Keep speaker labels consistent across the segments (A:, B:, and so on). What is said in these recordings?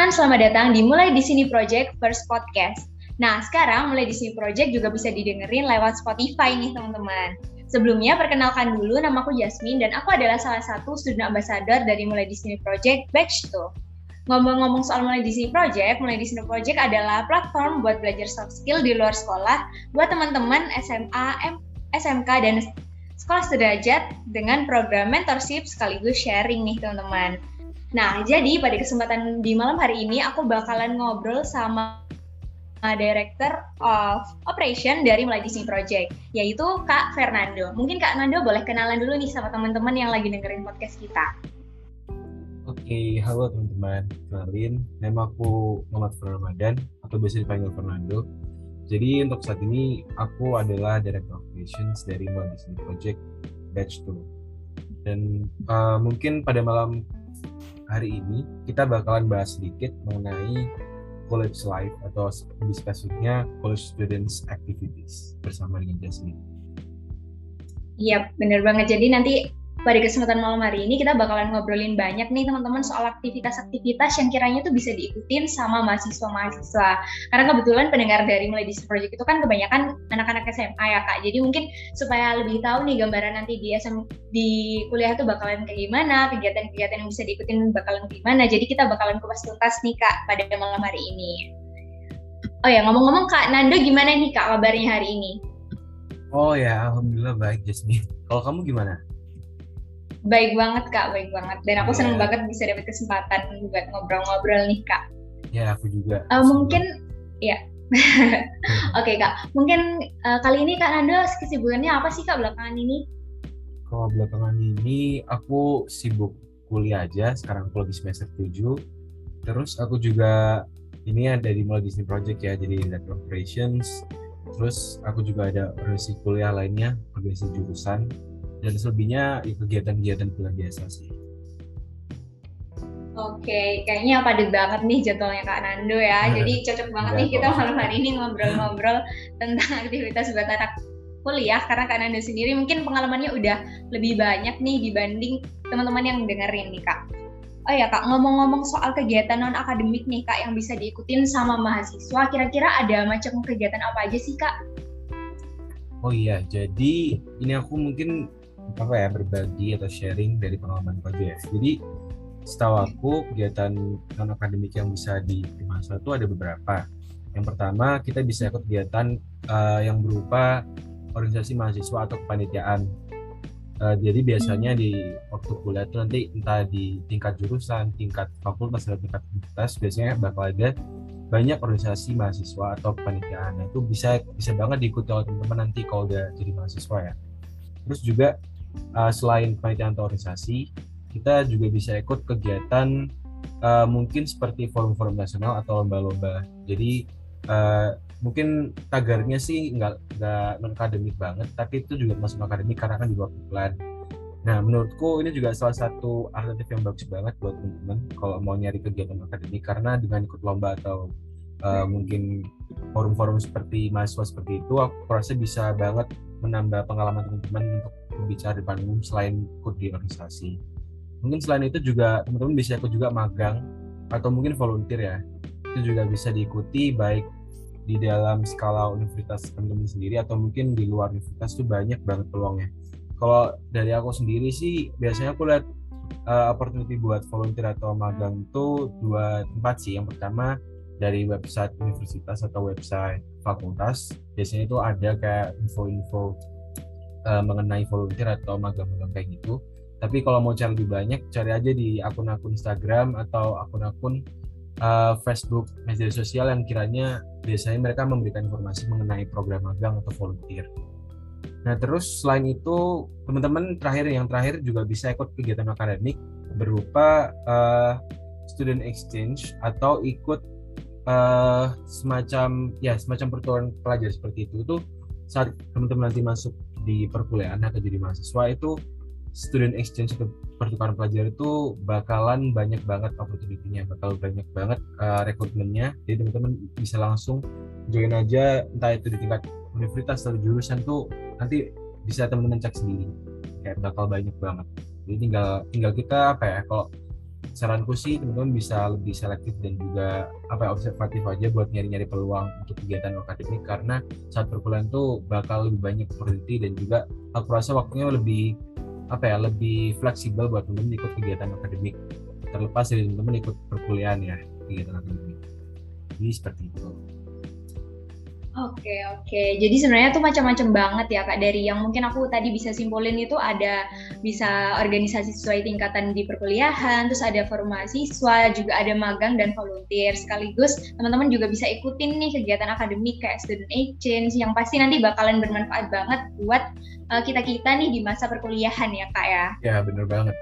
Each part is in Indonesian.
A: teman-teman, selamat datang di Mulai di Sini Project First Podcast. Nah, sekarang Mulai di Sini Project juga bisa didengerin lewat Spotify nih, teman-teman. Sebelumnya, perkenalkan dulu, namaku Jasmine dan aku adalah salah satu student ambassador dari Mulai di Sini Project Batch 2. Ngomong-ngomong soal Mulai di Sini Project adalah platform buat belajar soft skill di luar sekolah buat teman-teman SMA, SMK, dan sekolah sederajat dengan program mentorship sekaligus sharing nih, teman-teman. Nah, jadi pada kesempatan di malam hari ini aku bakalan ngobrol sama Director of Operation dari Mulai di Sini Project, yaitu Kak Fernando. Mungkin Kak Fernando boleh kenalan dulu nih sama teman-teman yang lagi dengerin podcast kita.
B: Oke, halo teman-teman. Kenalin, nama aku Muhammad Ramadan atau biasa dipanggil Fernando. Jadi untuk saat ini aku adalah Director Operations dari Mulai di Sini Project Batch 2. Dan mungkin pada malam hari ini kita bakalan bahas sedikit mengenai college life atau lebih spesifiknya college students activities bersama dengan Jasmine.
A: Iya, bener banget. Jadi nanti pada kesempatan malam hari ini kita bakalan ngobrolin banyak nih teman-teman soal aktivitas-aktivitas yang kiranya tuh bisa diikutin sama mahasiswa-mahasiswa. Karena kebetulan pendengar dari Mulai di Sini Project itu kan kebanyakan anak-anak SMA ya Kak. Jadi mungkin supaya lebih tahu nih gambaran nanti di kuliah tuh bakalan kayak gimana, kegiatan-kegiatan yang bisa diikutin bakalan gimana. Jadi kita bakalan kupas tuntas nih Kak pada malam hari ini. Oh ya, ngomong-ngomong Kak Nando, gimana nih Kak kabarnya hari ini?
B: Oh ya, alhamdulillah baik Jasmine. Kalau kamu gimana?
A: Baik banget Kak, baik banget. Dan aku seneng banget bisa dapat kesempatan buat ngobrol-ngobrol nih Kak.
B: Ya, aku juga.
A: Mungkin, ya. Oke Kak, mungkin kali ini Kak Nando kesibukannya apa sih Kak belakangan ini?
B: Kalau belakangan ini aku sibuk kuliah aja. Sekarang aku lagi semester 7. Terus aku juga ini ada di Mulai di Sini Project ya, jadi Director Operations. Terus aku juga ada organisasi kuliah lainnya, organisasi jurusan. Dan selebihnya ya, kegiatan-kegiatan kuliah biasa sih.
A: Oke, kayaknya padat banget nih jadwalnya Kak Nando ya. Jadi cocok banget nih kita malam hari ini ngobrol-ngobrol tentang aktivitas buat anak kuliah. Karena Kak Nando sendiri mungkin pengalamannya udah lebih banyak nih dibanding teman-teman yang dengerin nih Kak. Oh ya Kak, ngomong-ngomong soal kegiatan non-akademik nih Kak yang bisa diikutin sama mahasiswa, kira-kira ada macam kegiatan apa aja sih Kak?
B: Oh iya, jadi ini aku mungkin berbagi atau sharing dari pengalaman aja ya. Jadi setahu aku kegiatan non akademik yang bisa diterima mahasiswa itu ada beberapa. Yang pertama kita bisa ikut kegiatan yang berupa organisasi mahasiswa atau kepanitiaan. Jadi biasanya di waktu kuliah itu nanti entah di tingkat jurusan, tingkat fakultas atau tingkat universitas biasanya bakal ada banyak organisasi mahasiswa atau kepanitiaan. Nah, itu bisa banget diikuti oleh teman-teman nanti kalau udah jadi mahasiswa ya. Terus juga selain kepanitiaan atau organisasi, kita juga bisa ikut kegiatan mungkin seperti forum-forum nasional atau lomba-lomba. Jadi mungkin tagarnya sih nggak non akademik banget, tapi itu juga masuk akademik karena kan di luar plan. Nah, menurutku ini juga salah satu alternatif yang bagus banget buat teman-teman kalau mau nyari kegiatan akademik, karena dengan ikut lomba atau mungkin forum-forum seperti mahasiswa seperti itu, aku rasa bisa banget menambah pengalaman teman-teman untuk berbicara di depan umum selain ikut di organisasi. Mungkin selain itu juga teman-teman bisa ikut juga magang atau mungkin volunteer ya. Itu juga bisa diikuti baik di dalam skala universitas teman-teman sendiri atau mungkin di luar universitas, itu banyak banget peluangnya. Kalau dari aku sendiri sih biasanya aku lihat opportunity buat volunteer atau magang itu dua tempat sih. Yang pertama dari website universitas atau website fakultas, biasanya itu ada kayak info-info mengenai volunteer atau magang-magang kayak gitu. Tapi kalau mau cari lebih banyak, cari aja di akun-akun Instagram atau akun-akun Facebook, media sosial yang kiranya biasanya mereka memberikan informasi mengenai program magang atau volunteer. Nah, terus selain itu teman-teman yang terakhir juga bisa ikut kegiatan akademik berupa student exchange atau ikut semacam pertukaran pelajar seperti itu. Itu saat teman-teman nanti masuk di perkuliahan atau jadi mahasiswa, itu student exchange atau pertukaran pelajar itu bakalan banyak banget opportunity-nya, bakal banyak banget rekrutmennya. Jadi teman-teman bisa langsung join aja, entah itu di tingkat universitas atau jurusan tuh nanti bisa teman-teman cek sendiri, kayak bakal banyak banget. Jadi tinggal kita kalau saranku sih teman-teman bisa lebih selektif dan juga observatif aja buat nyari-nyari peluang untuk kegiatan akademik, karena saat perkuliahan tuh bakal lebih banyak opportunity dan juga aku rasa waktunya lebih lebih fleksibel buat teman-teman ikut kegiatan akademik, terlepas dari teman-teman ikut perkuliahan ya, kegiatan akademik. Jadi seperti itu.
A: Oke, oke. Jadi sebenarnya tuh macam-macam banget ya Kak. Dari yang mungkin aku tadi bisa simpulin itu ada bisa organisasi sesuai tingkatan di perkuliahan, terus ada forum mahasiswa, juga ada magang dan volunteer. Sekaligus teman-teman juga bisa ikutin nih kegiatan akademik kayak student exchange yang pasti nanti bakalan bermanfaat banget buat kita-kita nih di masa perkuliahan ya Kak ya.
B: Ya, bener banget.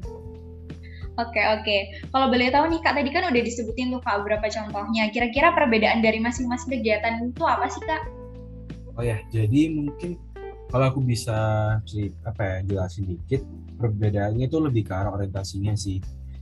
A: Oke, oke. Kalau boleh tahu nih Kak, tadi kan udah disebutin tuh Kak beberapa contohnya. Kira-kira perbedaan dari masing-masing kegiatan itu apa sih Kak?
B: Oh ya, jadi mungkin kalau aku bisa jelasin dikit, perbedaannya itu lebih ke arah orientasinya sih.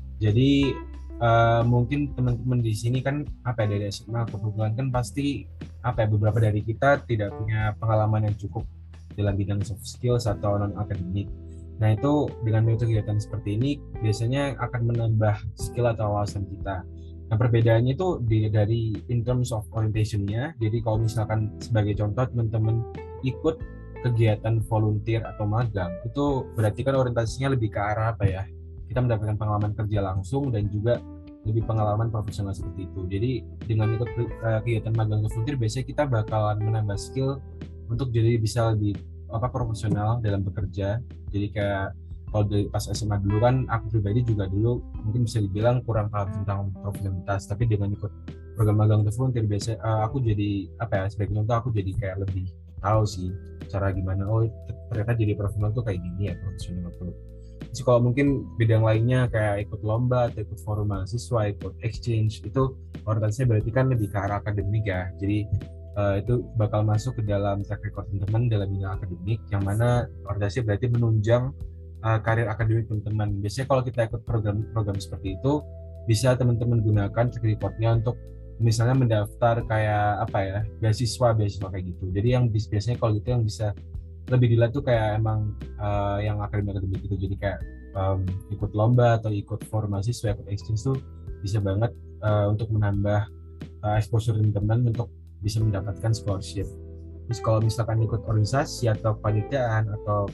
B: Jadi mungkin teman-teman di sini kan dari SMA kebetulan kan pasti beberapa dari kita tidak punya pengalaman yang cukup dalam bidang soft skills atau non akademik. Nah itu dengan metode kegiatan seperti ini biasanya akan menambah skill atau wawasan kita. Nah perbedaannya itu dari in terms of orientation-nya. Jadi kalau misalkan sebagai contoh teman-teman ikut kegiatan volunteer atau magang, itu berarti kan orientasinya lebih ke arah kita mendapatkan pengalaman kerja langsung dan juga lebih pengalaman profesional seperti itu. Jadi dengan ikut kegiatan magang atau volunteer biasanya kita bakalan menambah skill untuk jadi bisa lebih profesional dalam bekerja. Jadi kayak kalau dari pas SMA dulu kan aku pribadi juga dulu mungkin bisa dibilang kurang paham tentang profesionalitas, tapi dengan ikut program magang atau volunteer biasanya aku jadi sebagai contoh aku jadi kayak lebih tahu sih cara gimana ternyata jadi profesional tuh kayak gini ya, profesional tuh. Terus kalau mungkin bidang lainnya kayak ikut lomba atau ikut forum mahasiswa, ikut exchange, itu orientasinya berarti kan lebih ke arah akademik ya. Jadi itu bakal masuk ke dalam track record teman-teman dalam bidang akademik, yang mana orientasi berarti menunjang karir akademik teman-teman. Biasanya kalau kita ikut program seperti itu, bisa teman-teman gunakan track recordnya untuk misalnya mendaftar kayak beasiswa kayak gitu. Jadi yang biasanya kalau gitu yang bisa lebih dilihat tuh kayak emang yang akademik itu. Jadi kayak ikut lomba atau ikut forum mahasiswa, ikut exchange tuh bisa banget untuk menambah exposure teman-teman untuk bisa mendapatkan scholarship. Terus kalau misalkan ikut organisasi atau panitiaan atau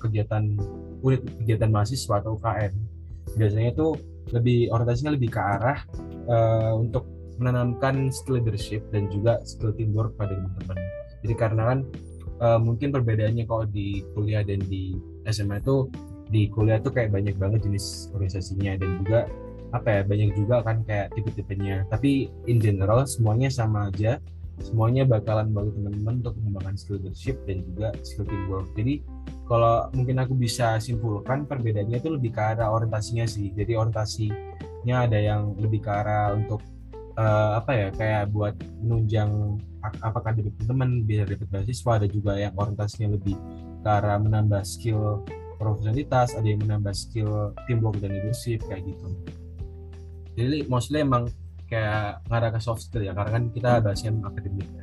B: unit kegiatan mahasiswa atau UKM, biasanya itu orientasinya lebih ke arah untuk menanamkan skill leadership dan juga skill teamwork pada teman-teman. Jadi karena kan mungkin perbedaannya kalau di kuliah dan di SMA itu, di kuliah tuh kayak banyak banget jenis organisasinya dan juga banyak juga kan kayak tipe-tipenya. Tapi in general semuanya sama aja. Semuanya bakalan bagi teman-teman untuk mengembangkan skill leadership dan juga skill teamwork. Jadi kalau mungkin aku bisa simpulkan perbedaannya itu lebih ke arah orientasinya sih. Jadi orientasinya ada yang lebih ke arah untuk kayak buat menunjang akademik teman-teman biar dapat beasiswa, ada juga yang orientasinya lebih ke arah menambah skill profesionalitas, ada yang menambah skill teamwork dan leadership kayak gitu. Jadi mostly emang kayak ngarah ke soft skill ya, karena kan kita bahasnya akademik ya.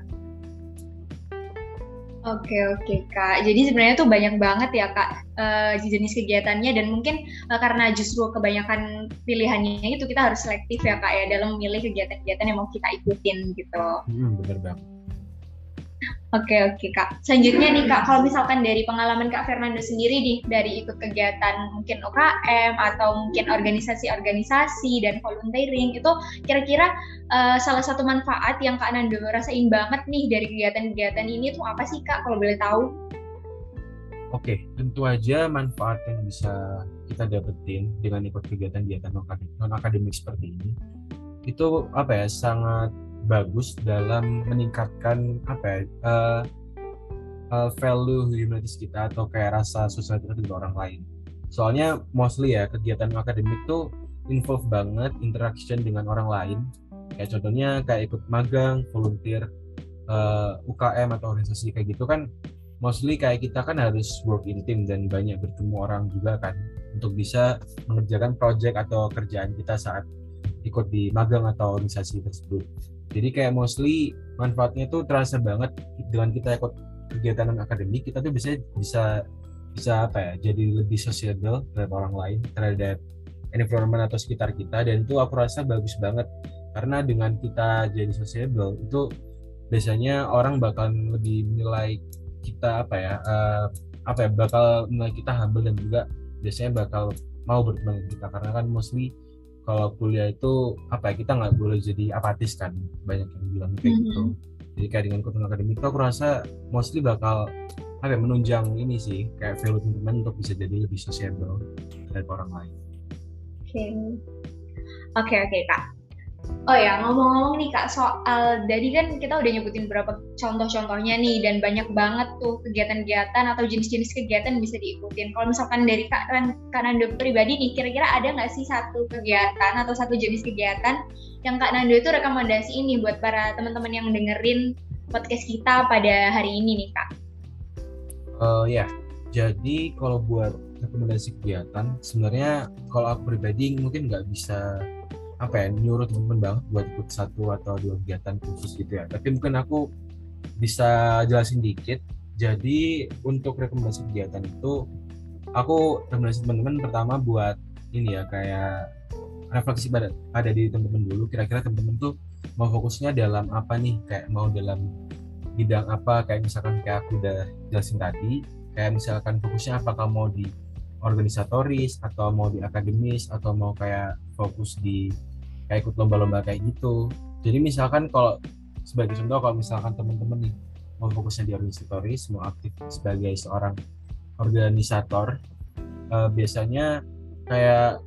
A: Oke, oke Kak. Jadi sebenarnya tuh banyak banget ya Kak jenis kegiatannya, dan mungkin karena justru kebanyakan pilihannya itu kita harus selektif ya Kak ya dalam memilih kegiatan-kegiatan yang mau kita ikutin gitu.
B: Bener banget.
A: Oke, oke Kak. Selanjutnya nih Kak, kalau misalkan dari pengalaman Kak Fernando sendiri nih, dari ikut kegiatan mungkin UKM atau mungkin organisasi-organisasi dan volunteering, itu kira-kira salah satu manfaat yang Kak Nando rasain banget nih dari kegiatan-kegiatan ini tuh apa sih Kak, kalau boleh tahu?
B: Oke, tentu aja manfaat yang bisa kita dapetin dengan ikut kegiatan-kegiatan non-akademik seperti ini, itu sangat bagus dalam meningkatkan value humanities kita atau kayak rasa sosial kita dengan orang lain. Soalnya mostly ya kegiatan akademik tuh involve banget interaction dengan orang lain. Kayak contohnya kayak ikut magang, volunteer, UKM atau organisasi kayak gitu kan, mostly kayak kita kan harus work in team dan banyak bertemu orang juga kan untuk bisa mengerjakan project atau kerjaan kita saat ikut di magang atau organisasi tersebut. Jadi kayak mostly manfaatnya tuh terasa banget dengan kita ikut kegiatan akademik, kita tuh bisa jadi lebih sociable terhadap orang lain, terhadap environment atau sekitar kita, dan itu aku rasa bagus banget karena dengan kita jadi sociable itu biasanya orang bakal lebih menilai kita bakal menilai kita humble, dan juga biasanya bakal mau berteman dengan kita karena kan mostly kalau kuliah itu kita nggak boleh jadi apatis kan, banyak yang bilang kayak gitu. Jadi kayak dengan keuntungan akademik itu aku rasa mostly bakal menunjang ini sih, kayak value teman-teman untuk bisa jadi lebih sociable dari orang lain.
A: Oke, Kak. Oh ya, ngomong-ngomong nih Kak, soal tadi kan kita udah nyebutin beberapa contoh-contohnya nih, dan banyak banget tuh kegiatan-kegiatan atau jenis-jenis kegiatan yang bisa diikutin. Kalau misalkan dari Kak Nando pribadi nih, kira-kira ada nggak sih satu kegiatan atau satu jenis kegiatan yang Kak Nando itu rekomendasi ini buat para teman-teman yang dengerin podcast kita pada hari ini nih Kak?
B: Jadi kalau buat rekomendasi kegiatan, sebenarnya kalau aku pribadi mungkin nggak bisa nyuruh teman-teman banget buat ikut satu atau dua kegiatan khusus gitu ya. Tapi mungkin aku bisa jelasin dikit. Jadi untuk rekomendasi kegiatan itu, aku rekomendasi teman-teman pertama buat ini ya, kayak refleksi pada diri teman-teman dulu. Kira-kira teman-teman tuh mau fokusnya dalam apa nih? Kayak mau dalam bidang apa? Kayak misalkan kayak aku udah jelasin tadi. Kayak misalkan fokusnya apakah mau di organisatoris atau mau di akademis atau mau kayak fokus di kayak ikut lomba-lomba kayak gitu. Jadi misalkan kalau sebagai contoh, kalau misalkan teman-teman nih mau fokusnya di organisatoris, mau aktif sebagai seorang organisator, biasanya kayak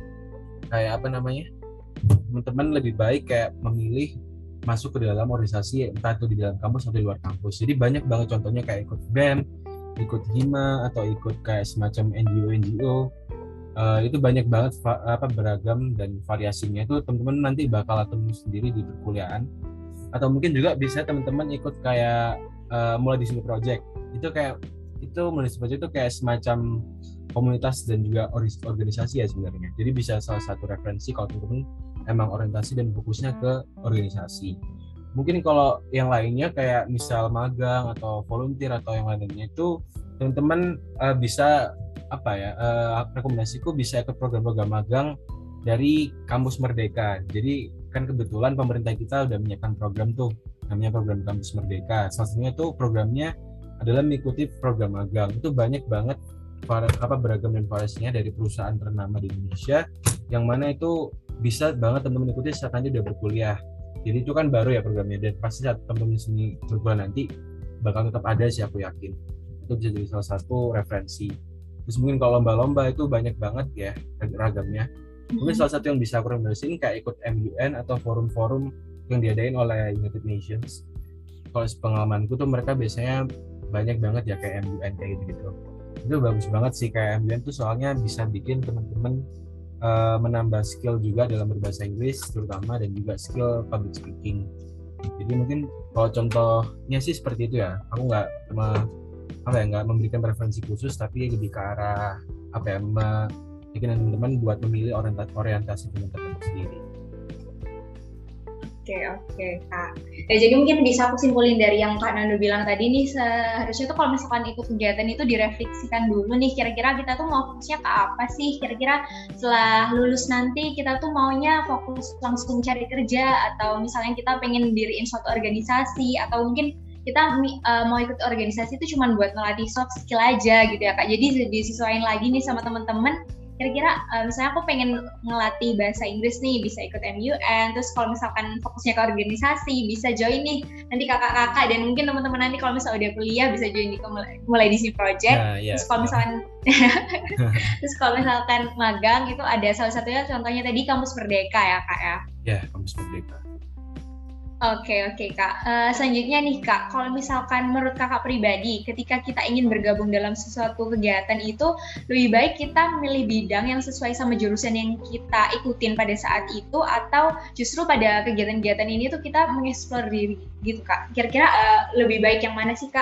B: teman-teman lebih baik kayak memilih masuk ke dalam organisasi, entah itu di dalam kampus atau di luar kampus. Jadi banyak banget contohnya kayak ikut BEM, ikut HIMA, atau ikut kayak semacam NGO. Itu banyak banget beragam dan variasinya. Itu teman-teman nanti bakal ketemu sendiri di perkuliahan, atau mungkin juga bisa teman-teman ikut kayak mulai di sini project. Mulai di sini project itu kayak semacam komunitas dan juga organisasi ya sebenarnya. Jadi bisa salah satu referensi kalau teman-teman emang orientasi dan fokusnya ke organisasi. Mungkin kalau yang lainnya kayak misal magang atau volunteer atau yang lainnya itu teman-teman bisa rekomendasiku bisa ikut program-program magang dari Kampus Merdeka. Jadi kan kebetulan pemerintah kita udah menyiapkan program tuh, namanya program Kampus Merdeka. Salah satunya tuh programnya adalah mengikuti program magang. Itu banyak banget beragam dan variasinya dari perusahaan ternama di Indonesia, yang mana itu bisa banget teman-teman ikuti saat nanti udah berkuliah. Jadi itu kan baru ya programnya, dan pasti saat teman-teman sini berkuliah nanti bakal tetap ada sih, aku yakin. Itu bisa jadi salah satu referensi. Terus mungkin kalau lomba-lomba itu banyak banget ya ragamnya. Mungkin salah satu yang bisa aku rekomendasiin kayak ikut MUN atau forum-forum yang diadain oleh United Nations. Kalau pengalamanku tuh mereka biasanya banyak banget ya kayak MUN kayak gitu-gitu. Itu bagus banget sih kayak MUN tuh, soalnya bisa bikin teman-teman menambah skill juga dalam berbahasa Inggris terutama, dan juga skill public speaking. Jadi mungkin kalau contohnya sih seperti itu ya. Aku nggak memberikan preferensi khusus, tapi lebih ke arah bikin teman-teman buat memilih orientasi teman-teman sendiri.
A: Oke, Kak. Ya, jadi mungkin bisa aku simpulin dari yang Kak Nando bilang tadi nih, seharusnya tuh kalau misalkan ikut kegiatan itu direfleksikan dulu nih, kira-kira kita tuh mau fokusnya ke apa sih, kira-kira setelah lulus nanti kita tuh maunya fokus langsung cari kerja, atau misalnya kita pengen diriin suatu organisasi, atau mungkin kita mau ikut organisasi itu cuma buat melatih soft skill aja gitu ya Kak. Jadi disesuaikan lagi nih sama teman-teman. Kira-kira misalnya aku pengen ngelatih bahasa Inggris nih, bisa ikut MUN. Terus kalau misalkan fokusnya ke organisasi, bisa join nih nanti kakak-kakak, dan mungkin teman-teman nanti kalau misalnya udah kuliah bisa join di mulai di sini project. Terus kalau misalkan terus kalau misalkan magang itu ada salah satunya contohnya tadi Kampus Merdeka ya Kak ya.
B: Ya, Kampus Merdeka.
A: Oke Kak. Selanjutnya nih Kak, kalau misalkan menurut kakak pribadi, ketika kita ingin bergabung dalam sesuatu kegiatan itu, lebih baik kita memilih bidang yang sesuai sama jurusan yang kita ikutin pada saat itu, atau justru pada kegiatan-kegiatan ini tuh kita mengeksplor diri gitu Kak. Kira-kira lebih baik yang mana sih Kak?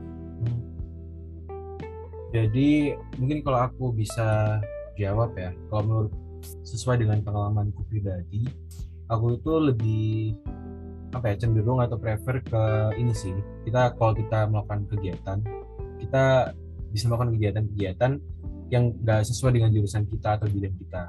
B: Jadi mungkin kalau aku bisa jawab ya, kalau menurut sesuai dengan pengalamanku pribadi, aku itu lebih cenderung atau prefer ke ini sih. Kalau kita melakukan kegiatan, kita bisa melakukan kegiatan-kegiatan yang nggak sesuai dengan jurusan kita atau bidang kita.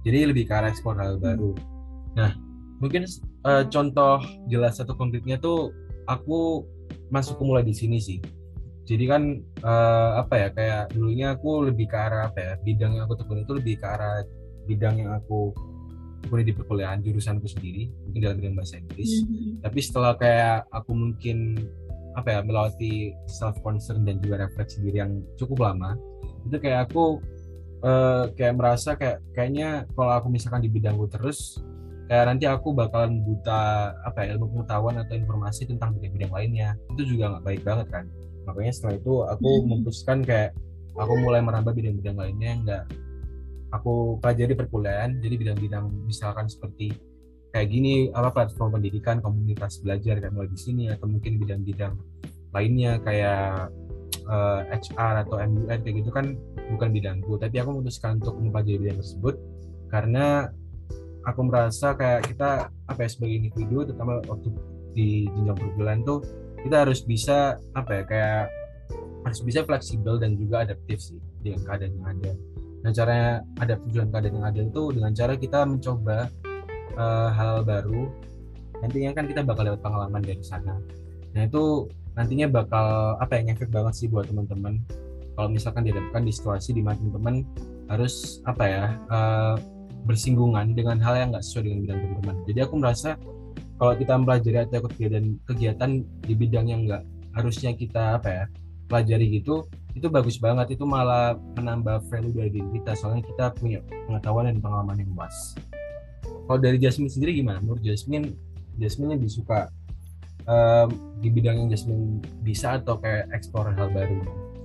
B: Jadi lebih ke arah ekspor hal baru. Nah, mungkin contoh jelas atau konkretnya tuh aku masuk ke mulai di sini sih. Jadi kan apa ya, kayak dulunya aku lebih ke arah apa ya, bidang yang aku tekuni itu lebih ke arah bidang yang aku tekuni di perkuliahan, jurusanku sendiri mungkin dalam bidang bahasa Inggris. Tapi setelah kayak aku mungkin apa ya, melewati self concern dan juga refleksi diri yang cukup lama, itu kayak aku kayak merasa kayaknya kalau aku misalkan di bidangku terus, kayak nanti aku bakalan buta apa ya, ilmu pengetahuan atau informasi tentang bidang-bidang lainnya. Itu juga nggak baik banget kan. Makanya setelah itu aku memutuskan kayak aku mulai merambah bidang-bidang lainnya yang nggak aku pelajari perkuliahan. Jadi bidang-bidang misalkan seperti kayak gini, apa, platform pendidikan, komunitas belajar kayak mulai di sini, atau mungkin bidang-bidang lainnya kayak HR atau MUN kayak gitu kan bukan bidangku, tapi aku memutuskan untuk mempelajari bidang tersebut karena aku merasa kayak kita apa ya, sebagai individu terutama waktu di jenjang perkuliahan tuh kita harus bisa apa ya, kayak harus bisa fleksibel dan juga adaptif sih dengan keadaan yang ada. Nah, caranya adaptif dengan keadaan yang ada itu dengan cara kita mencoba hal baru. Nantinya kan kita bakal dapat pengalaman dari sana. Nah, itu nantinya bakal apa ya, ngefek banget sih buat teman-teman kalau misalkan dihadapkan di situasi di mana teman-teman harus apa ya, bersinggungan dengan hal yang nggak sesuai dengan bidang teman-teman. Jadi aku merasa kalau kita mempelajari atau ikut kegiatan di bidang yang nggak harusnya kita apa ya pelajari gitu, itu bagus banget, itu malah menambah value dari diri kita, soalnya kita punya pengetahuan dan pengalaman yang luas. Kalau dari Jasmine sendiri gimana? Menurut Jasmine lebih suka di bidang yang Jasmine bisa atau kayak explore hal baru?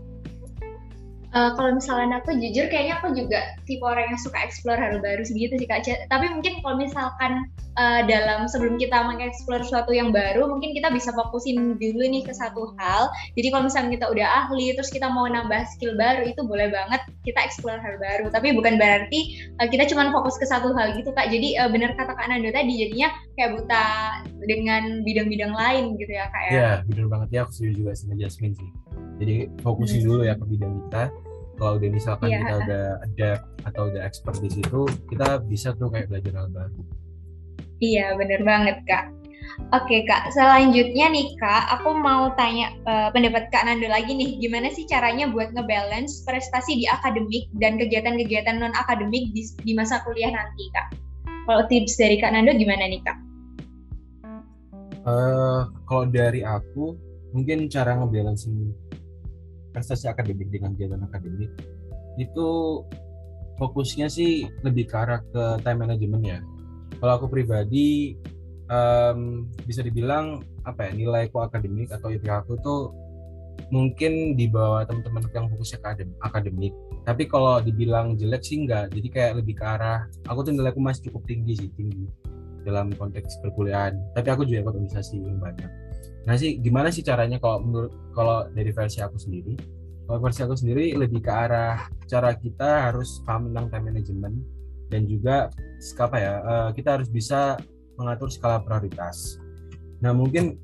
A: Kalau misalnya aku jujur kayaknya aku juga tipe orang yang suka explore hal baru segitu sih Kak. Tapi mungkin kalau misalkan dalam sebelum kita mengeksplor sesuatu yang baru, mungkin kita bisa fokusin dulu nih ke satu hal. Jadi kalau misalnya kita udah ahli, terus kita mau nambah skill baru, itu boleh banget kita explore hal baru. Tapi bukan berarti kita cuma fokus ke satu hal gitu Kak. Jadi benar kata Kak Nando tadi, jadinya kayak buta dengan bidang-bidang lain gitu ya Kak ya.
B: Iya, bener banget ya, aku setuju juga sama Jasmine sih. Jadi fokusin dulu ya ke bidang kita. Kalau udah misalkan kita udah adapt atau udah expert di situ, kita bisa tuh kayak belajar hal baru.
A: Iya, bener banget Kak. Oke Kak, selanjutnya nih Kak, aku mau tanya pendapat Kak Nando lagi nih, gimana sih caranya buat ngebalance prestasi di akademik dan kegiatan-kegiatan non-akademik di masa kuliah nanti Kak? Kalau tips dari Kak Nando gimana nih Kak?
B: Kalau dari aku, mungkin cara ngebalancing prestasi akademik dengan kegiatan akademik itu fokusnya sih lebih ke arah ke time management ya. Kalau aku pribadi bisa dibilang apa ya, nilaiku akademik atau IPK aku tuh mungkin di bawah teman-teman yang fokusnya ke akademik. Tapi kalau dibilang jelek sih enggak. Jadi kayak lebih ke arah aku tuh nilaiku masih cukup tinggi dalam konteks perkuliahan. Tapi aku juga ikut organisasi yang banyak. Nah sih, gimana sih caranya kalau dari versi aku sendiri? Kalau versi aku sendiri lebih ke arah cara kita harus paham tentang time management dan juga apa ya, kita harus bisa mengatur skala prioritas. Nah mungkin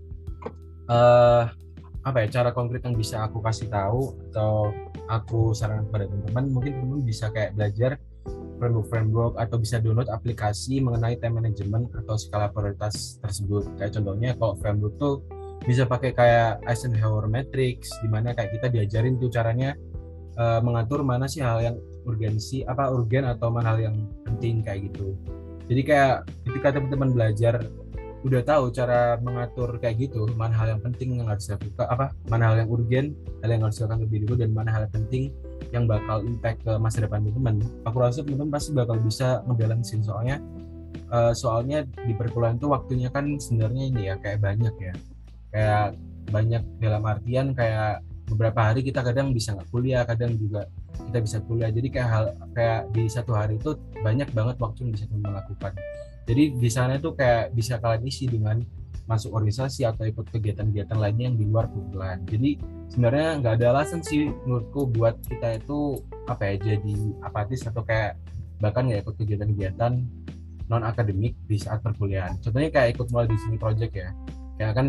B: apa ya, cara konkret yang bisa aku kasih tahu atau aku sarankan kepada teman-teman, mungkin teman-teman bisa kayak belajar framework atau bisa download aplikasi mengenai time management atau skala prioritas tersebut. Kayak contohnya kalau framework tuh bisa pakai kayak Eisenhower Matrix, di mana kayak kita diajarin tuh caranya mengatur mana sih hal yang urgen atau mana hal yang penting kayak gitu. Jadi kayak ketika teman-teman belajar udah tahu cara mengatur kayak gitu, mana hal yang penting yang harus dilakukan, mana hal yang urgen, hal yang harus dilakukan lebih dulu, dan mana hal yang penting yang bakal impact ke masa depan teman-teman. Aku rasa teman-teman pasti bakal bisa ngebalancein, soalnya di perkuliahan tuh waktunya kan sebenarnya ini ya kayak banyak dalam artian kayak beberapa hari kita kadang bisa nggak kuliah, kadang juga kita bisa kuliah. Jadi kayak di satu hari itu banyak banget waktu yang bisa teman lakukan. Jadi di sana itu kayak bisa kalian isi dengan masuk organisasi atau ikut kegiatan-kegiatan lainnya yang di luar perkuliahan. Jadi sebenarnya nggak ada alasan sih menurutku buat kita itu jadi apatis atau kayak bahkan nggak ikut kegiatan-kegiatan non akademik di saat perkuliahan. Contohnya kayak ikut mulai di sini project ya, kayak kan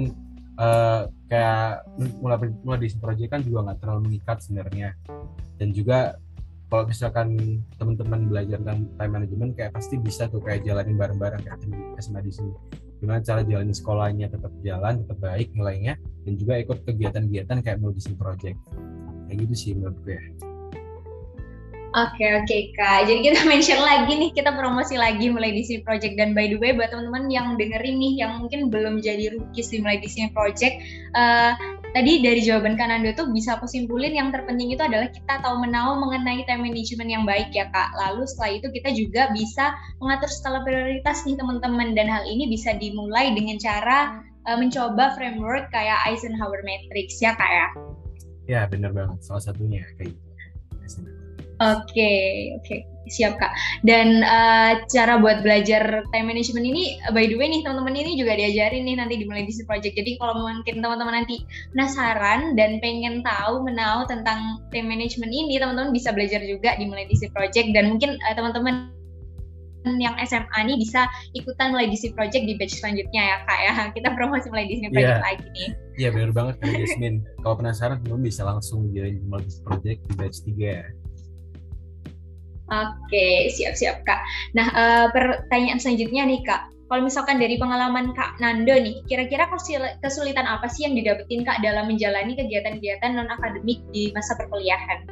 B: kayak mulai di sini project kan juga nggak terlalu mengikat sebenarnya, dan juga kalau misalkan teman-teman belajar tentang time management kayak pasti bisa tuh kayak jalanin bareng-bareng kayak di SMA di sini. Gimana cara jalanin sekolahnya tetap jalan, tetap baik nilainya, dan juga ikut kegiatan-kegiatan kayak mulai Disney Project. Kayak gitu sih menurutku ya.
A: Oke, Kak. Jadi kita mention lagi nih, kita promosi lagi mulai Disney Project. Dan by the way, buat teman-teman yang dengerin nih, yang mungkin belum jadi rookies di mulai Disney Project, tadi dari jawaban Kanando tuh bisa aku simpulin yang terpenting itu adalah kita tahu menahu mengenai time management yang baik ya Kak. Lalu setelah itu kita juga bisa mengatur skala prioritas nih teman-teman. Dan hal ini bisa dimulai dengan cara mencoba framework kayak Eisenhower Matrix ya Kak ya.
B: Ya benar banget, salah satunya kayak gitu.
A: Oke, siap Kak. Dan cara buat belajar time management ini, by the way nih teman-teman ini juga diajarin nih nanti di mulai Disney Project. Jadi kalau mungkin teman-teman nanti penasaran dan pengen tahu menahu tentang time management ini, teman-teman bisa belajar juga di mulai Disney Project. Dan mungkin teman-teman yang SMA nih bisa ikutan mulai Disney Project di batch selanjutnya ya Kak ya. Kita promosi mulai Disney Project lagi nih.
B: Iya benar banget Kak Jasmine. Kalau penasaran teman bisa langsung join mulai Disney Project di batch 3.
A: Oke, siap-siap Kak. Nah, pertanyaan selanjutnya nih Kak. Kalau misalkan dari pengalaman Kak Nando nih, kira-kira kesulitan apa sih yang didapetin Kak dalam menjalani kegiatan-kegiatan non-akademik di masa perkuliahan?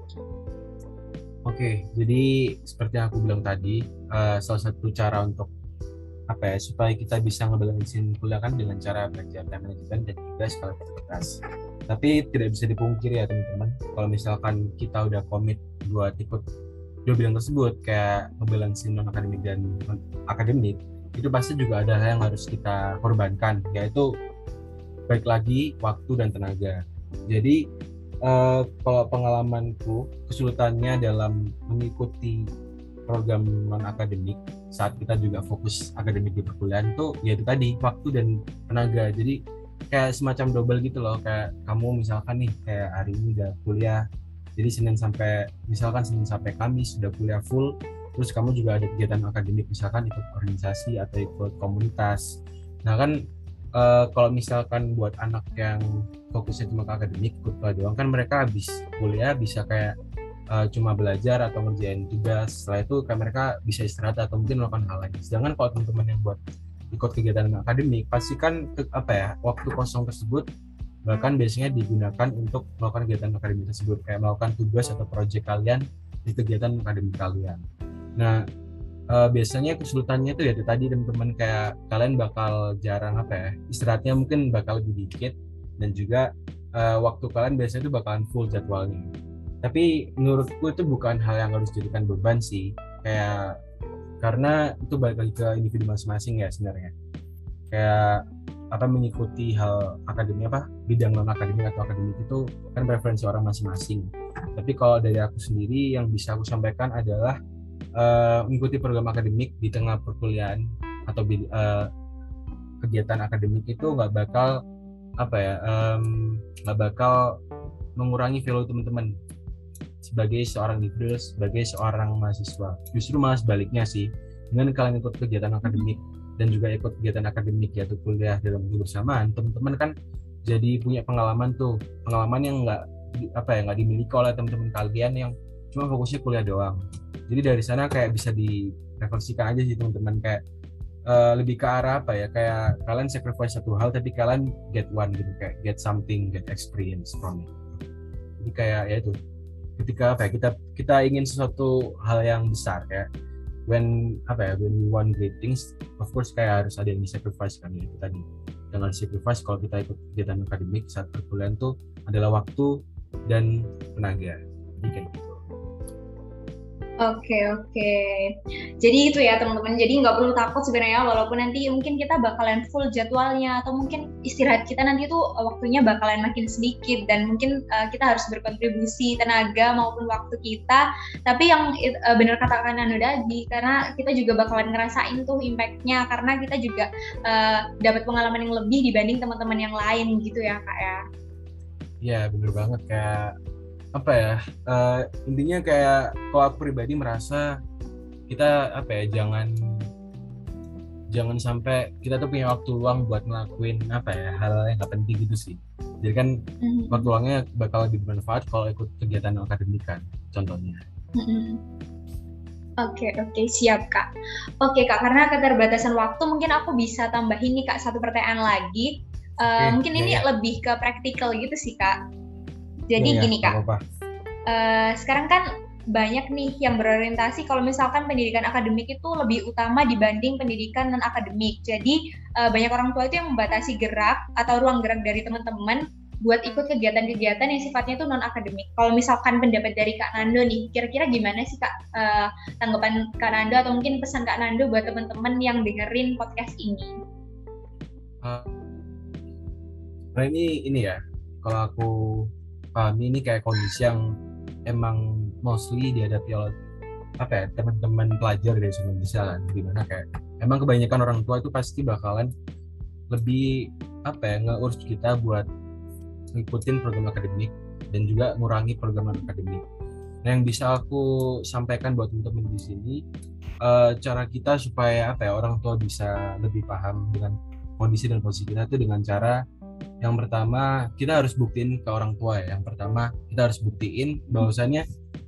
B: Oke, jadi seperti yang aku bilang tadi, salah satu cara untuk supaya kita bisa ngebalansin kuliah kan dengan cara belajar time management dan juga skala prioritas. Tapi tidak bisa dipungkiri ya teman-teman, kalau misalkan kita udah komit buat ikut dua bidang tersebut kayak ngebalansin non akademik dan akademik, itu pasti juga ada hal yang harus kita korbankan, yaitu baik lagi waktu dan tenaga. Jadi kalau pengalamanku kesulitannya dalam mengikuti program non akademik saat kita juga fokus akademik di perkuliahan itu yaitu tadi waktu dan tenaga. Jadi kayak semacam double gitu loh, kayak kamu misalkan nih kayak hari ini udah kuliah, jadi Senin sampai Kamis sudah kuliah full, terus kamu juga ada kegiatan akademik misalkan ikut organisasi atau ikut komunitas. Nah kan kalau misalkan buat anak yang fokusnya cuma ke akademik ikut kuliah doang kan mereka habis kuliah bisa kayak cuma belajar atau ngerjain tugas, setelah itu kayak mereka bisa istirahat atau mungkin melakukan hal lain. Sedangkan kalau teman-teman yang buat ikut kegiatan akademik pasti kan waktu kosong tersebut bahkan biasanya digunakan untuk melakukan kegiatan akademik tersebut, kayak melakukan tugas atau proyek kalian di kegiatan akademik kalian. Nah biasanya kesulitannya itu ya itu tadi teman-teman, kayak kalian bakal jarang istirahatnya mungkin bakal lebih dikit, dan juga waktu kalian biasanya itu bakalan full jadwalnya. Tapi menurutku itu bukan hal yang harus dijadikan beban sih, kayak karena itu balik lagi ke individu masing-masing ya sebenarnya. Kayak mengikuti hal bidang non akademik atau akademik itu kan preferensi orang masing-masing. Tapi kalau dari aku sendiri yang bisa aku sampaikan adalah mengikuti program akademik di tengah perkuliahan atau kegiatan akademik itu nggak bakal mengurangi value teman-teman sebagai seorang individu, sebagai seorang mahasiswa. Justru malah sebaliknya sih, dengan kalian ikut kegiatan akademik dan juga ikut kegiatan akademik yaitu kuliah dalam waktu bersamaan, teman-teman kan jadi punya pengalaman yang nggak dimiliki oleh teman-teman kalian yang cuma fokusnya kuliah doang. Jadi dari sana kayak bisa direfleksikan aja sih teman-teman, kayak lebih ke arah kayak kalian sacrifice satu hal tapi kalian get one gitu, kayak get something, get experience from it. Jadi kayak ya itu, ketika kita ingin sesuatu hal yang besar, kayak when we want great things, of course kayak harus ada yang di-sacrifice kan, itu tadi. Dengan sacrifice kalau kita ikut kegiatan akademik saat perkuliahan tuh adalah waktu dan tenaga. Jadi kayak gitu.
A: Oke. Jadi itu ya teman-teman. Jadi nggak perlu takut sebenarnya, walaupun nanti mungkin kita bakalan full jadwalnya atau mungkin istirahat kita nanti tuh waktunya bakalan makin sedikit dan mungkin kita harus berkontribusi tenaga maupun waktu kita. Tapi yang benar katakan Nando tadi, karena kita juga bakalan ngerasain tuh impactnya, karena kita juga dapat pengalaman yang lebih dibanding teman-teman yang lain gitu ya Kak ya.
B: Iya benar banget, kayak intinya kayak kalau aku pribadi merasa kita jangan sampai kita tuh punya waktu luang buat ngelakuin hal yang nggak penting gitu sih. Jadi kan waktu luangnya bakal lebih bermanfaat kalau ikut kegiatan akademik kan contohnya.
A: Mm-mm. Oke, siap Kak. Oke Kak, karena keterbatasan waktu mungkin aku bisa tambahin nih Kak satu pertanyaan lagi.
B: Oke,
A: Mungkin
B: ya
A: ini
B: ya,
A: lebih ke praktikal gitu sih Kak.
B: ya
A: Jadi
B: ya,
A: gini
B: nggak
A: Kak,
B: apa-apa.
A: sekarang kan banyak nih yang berorientasi kalau misalkan pendidikan akademik itu lebih utama dibanding pendidikan non akademik. Jadi banyak orang tua itu yang membatasi gerak atau ruang gerak dari teman-teman buat ikut kegiatan-kegiatan yang sifatnya itu non akademik. Kalau misalkan pendapat dari Kak Nando nih, kira-kira gimana sih Kak tanggapan Kak Nando atau mungkin pesan Kak Nando buat teman-teman yang dengerin podcast ini?
B: Uh, Nah ini ya, kalau aku pahami ini kayak kondisi yang emang mostly dihadapi oleh apa ya teman-teman pelajar dari semua bisa kan, dimana kayak emang kebanyakan orang tua itu pasti bakalan lebih apa ya ngurus kita buat ngikutin program akademik dan juga ngurangi program akademik. Nah yang bisa aku sampaikan buat teman-teman di sini, cara kita supaya apa ya orang tua bisa lebih paham dengan kondisi dan posisi kita itu dengan cara yang pertama kita harus buktiin ke orang tua ya. Yang pertama kita harus buktiin bahwasannya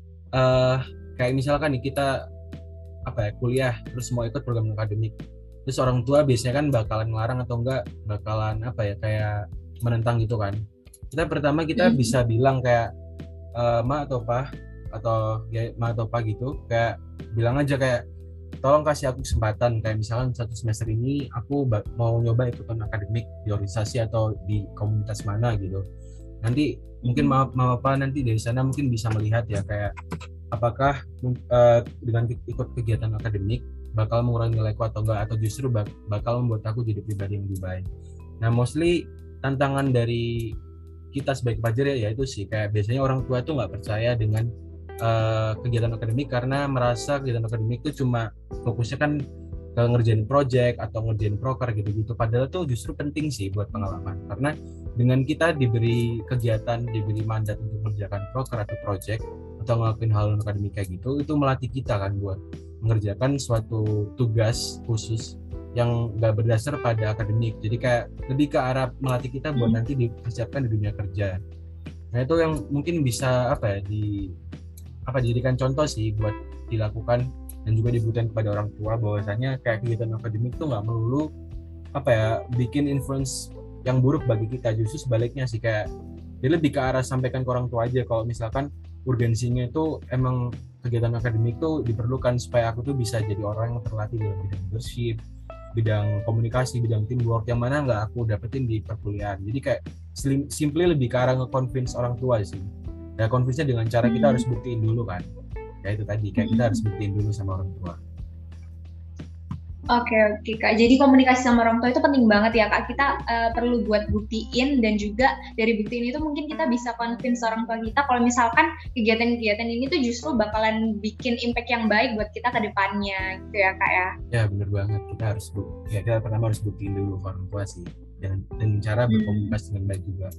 B: eh kayak misalkan nih kita apa ya kuliah terus mau ikut program akademik, terus orang tua biasanya kan bakalan ngelarang atau enggak bakalan apa ya kayak menentang gitu kan. Kita bisa bilang kayak ma atau pa atau ya ma atau pa gitu, kayak bilang aja kayak tolong kasih aku kesempatan, kayak misalkan satu semester ini aku mau nyoba ikutan akademik di organisasi atau di komunitas mana gitu. Nanti mungkin mama papa nanti dari sana mungkin bisa melihat ya kayak apakah dengan ikut kegiatan akademik bakal mengurangi nilaiku atau enggak, atau justru bakal membuat aku jadi pribadi yang lebih baik. Nah mostly tantangan dari kita sebagai pelajar ya itu sih kayak biasanya orang tua tuh nggak percaya dengan kegiatan akademik karena merasa kegiatan akademik itu cuma fokusnya kan ke ngerjain project atau ngerjain proker gitu-gitu, padahal tuh justru penting sih buat pengalaman, karena dengan kita diberi kegiatan, diberi mandat untuk mengerjakan proker atau project atau ngelakuin hal akademik kayak gitu, itu melatih kita kan buat mengerjakan suatu tugas khusus yang nggak berdasar pada akademik, jadi kayak lebih ke arah melatih kita buat nanti dipersiapkan di dunia kerja. Nah itu yang mungkin bisa apa ya dijadikan contoh sih buat dilakukan dan juga diberikan kepada orang tua, bahwasanya kayak kegiatan akademik tuh nggak melulu apa ya bikin influence yang buruk bagi kita, justru sebaliknya sih kayak dia lebih ke arah sampaikan ke orang tua aja kalau misalkan urgensinya itu emang kegiatan akademik tuh diperlukan supaya aku tuh bisa jadi orang yang terlatih dalam bidang leadership, bidang komunikasi, bidang teamwork yang mana nggak aku dapetin di perkuliahan. Jadi kayak simply lebih ke arah nge-convince orang tua sih. Ya convince-nya dengan cara kita harus buktiin dulu kan. Kayak itu tadi, kayak kita harus buktiin dulu sama orang tua.
A: Oke Kak. Jadi komunikasi sama orang tua itu penting banget ya Kak. Kita perlu buat buktiin dan juga dari buktiin itu mungkin kita bisa convince orang tua kita kalau misalkan kegiatan-kegiatan ini tuh justru bakalan bikin impact yang baik buat kita ke depannya gitu ya Kak ya.
B: Ya benar banget, kita pertama harus buktiin dulu ke orang tua sih. Dan cara berkomunikasi dengan baik juga.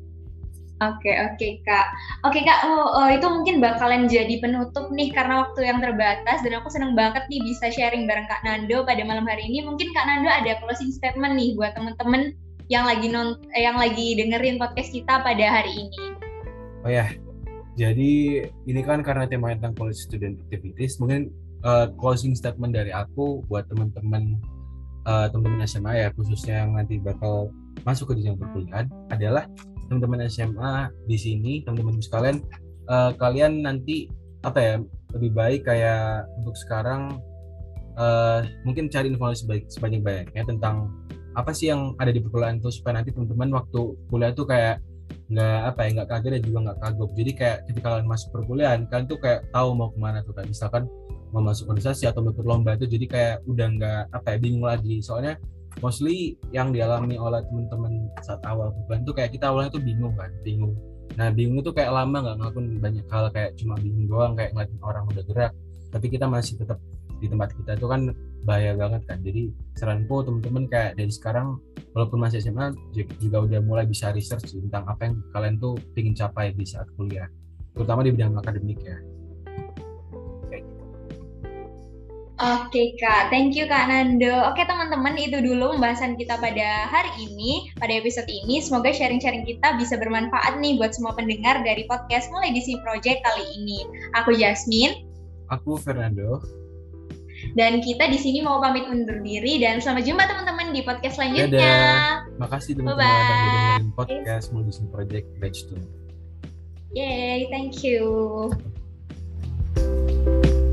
A: Oke Kak. Oke Kak, itu mungkin bakalan jadi penutup nih karena waktu yang terbatas dan aku seneng banget nih bisa sharing bareng Kak Nando pada malam hari ini. Mungkin Kak Nando ada closing statement nih buat temen-temen yang lagi dengerin podcast kita pada hari ini.
B: Oh ya, jadi ini kan karena tema tentang college student activities, mungkin closing statement dari aku buat teman-teman SMA ya, khususnya yang nanti bakal masuk ke jenjang perkuliahan adalah teman-teman SMA di sini, teman-teman sekalian, kalian nanti apa ya lebih baik kayak untuk sekarang mungkin cari informasi sebanyak-banyaknya tentang apa sih yang ada di perkuliahan itu, supaya nanti teman-teman waktu kuliah tuh kayak nggak kaget dan juga nggak kagok. Jadi kayak ketika kalian masuk perkuliahan kalian tuh kayak tahu mau kemana tuh, kayak misalkan mau masuk organisasi atau ikut lomba itu, jadi kayak udah nggak bingung lagi. Soalnya mostly yang dialami oleh teman-teman saat awal perkuliahan tuh kayak kita awalnya tuh bingung. Nah bingung itu kayak lama nggak ngelakuin banyak hal, kayak cuma bingung doang kayak ngeliatin orang udah gerak tapi kita masih tetap di tempat kita, itu kan bahaya banget kan. Jadi saranku teman-teman kayak dari sekarang walaupun masih SMA juga udah mulai bisa research tentang apa yang kalian tuh ingin capai di saat kuliah, terutama di bidang akademik ya.
A: Oke Kak, thank you Kak Nando. Oke teman-teman, itu dulu pembahasan kita pada hari ini, pada episode ini. Semoga sharing-sharing kita bisa bermanfaat nih buat semua pendengar dari podcast Mulai di Sini Project kali ini. Aku Jasmine.
B: Aku Fernando.
A: Dan kita di sini mau pamit undur diri dan selamat jumpa teman-teman di podcast selanjutnya.
B: Dadah. Makasih teman-teman
A: Bye-bye.
B: udah dengerin podcast Mulai di Sini Project Batch 2.
A: Yay, thank you.